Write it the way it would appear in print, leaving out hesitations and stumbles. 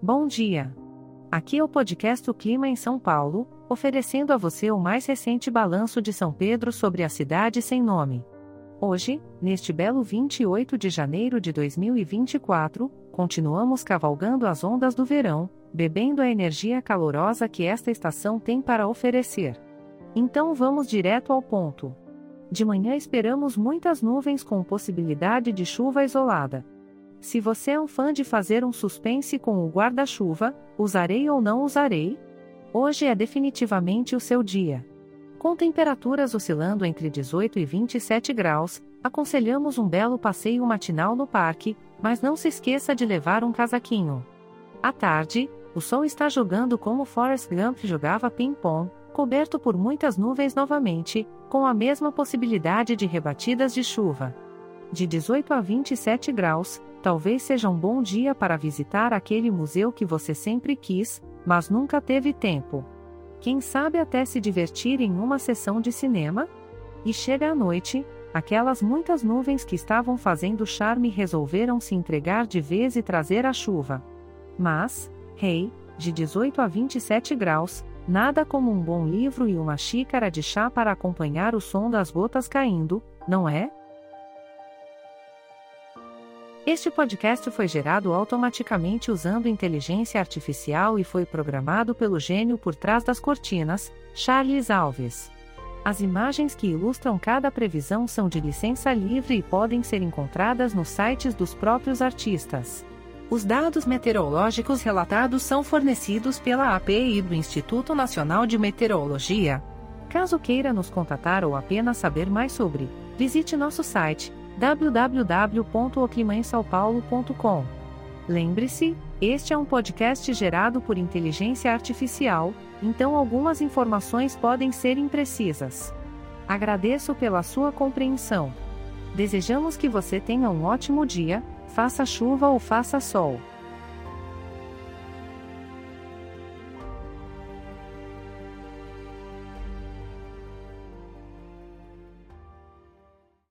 Bom dia! Aqui é o podcast O Clima em São Paulo, oferecendo a você o mais recente balanço de São Pedro sobre a cidade sem nome. Hoje, neste belo 28 de janeiro de 2024, continuamos cavalgando as ondas do verão, bebendo a energia calorosa que esta estação tem para oferecer. Então vamos direto ao ponto. De manhã esperamos muitas nuvens com possibilidade de chuva isolada. Se você é um fã de fazer um suspense com o guarda-chuva, usarei ou não usarei? Hoje é definitivamente o seu dia. Com temperaturas oscilando entre 18 e 27 graus, aconselhamos um belo passeio matinal no parque, mas não se esqueça de levar um casaquinho. À tarde, o sol está jogando como Forrest Gump jogava ping-pong, coberto por muitas nuvens novamente, com a mesma possibilidade de rebatidas de chuva. De 18 a 27 graus, talvez seja um bom dia para visitar aquele museu que você sempre quis, mas nunca teve tempo. Quem sabe até se divertir em uma sessão de cinema? E chega a noite, aquelas muitas nuvens que estavam fazendo charme resolveram se entregar de vez e trazer a chuva. Mas, de 18 a 27 graus, nada como um bom livro e uma xícara de chá para acompanhar o som das gotas caindo, não é? Este podcast foi gerado automaticamente usando inteligência artificial e foi programado pelo gênio por trás das cortinas, Charles Alves. As imagens que ilustram cada previsão são de licença livre e podem ser encontradas nos sites dos próprios artistas. Os dados meteorológicos relatados são fornecidos pela API do Instituto Nacional de Meteorologia. Caso queira nos contatar ou apenas saber mais sobre, visite nosso site www.oclimaemsaopaulo.com. Lembre-se, este é um podcast gerado por inteligência artificial, então algumas informações podem ser imprecisas. Agradeço pela sua compreensão. Desejamos que você tenha um ótimo dia, faça chuva ou faça sol.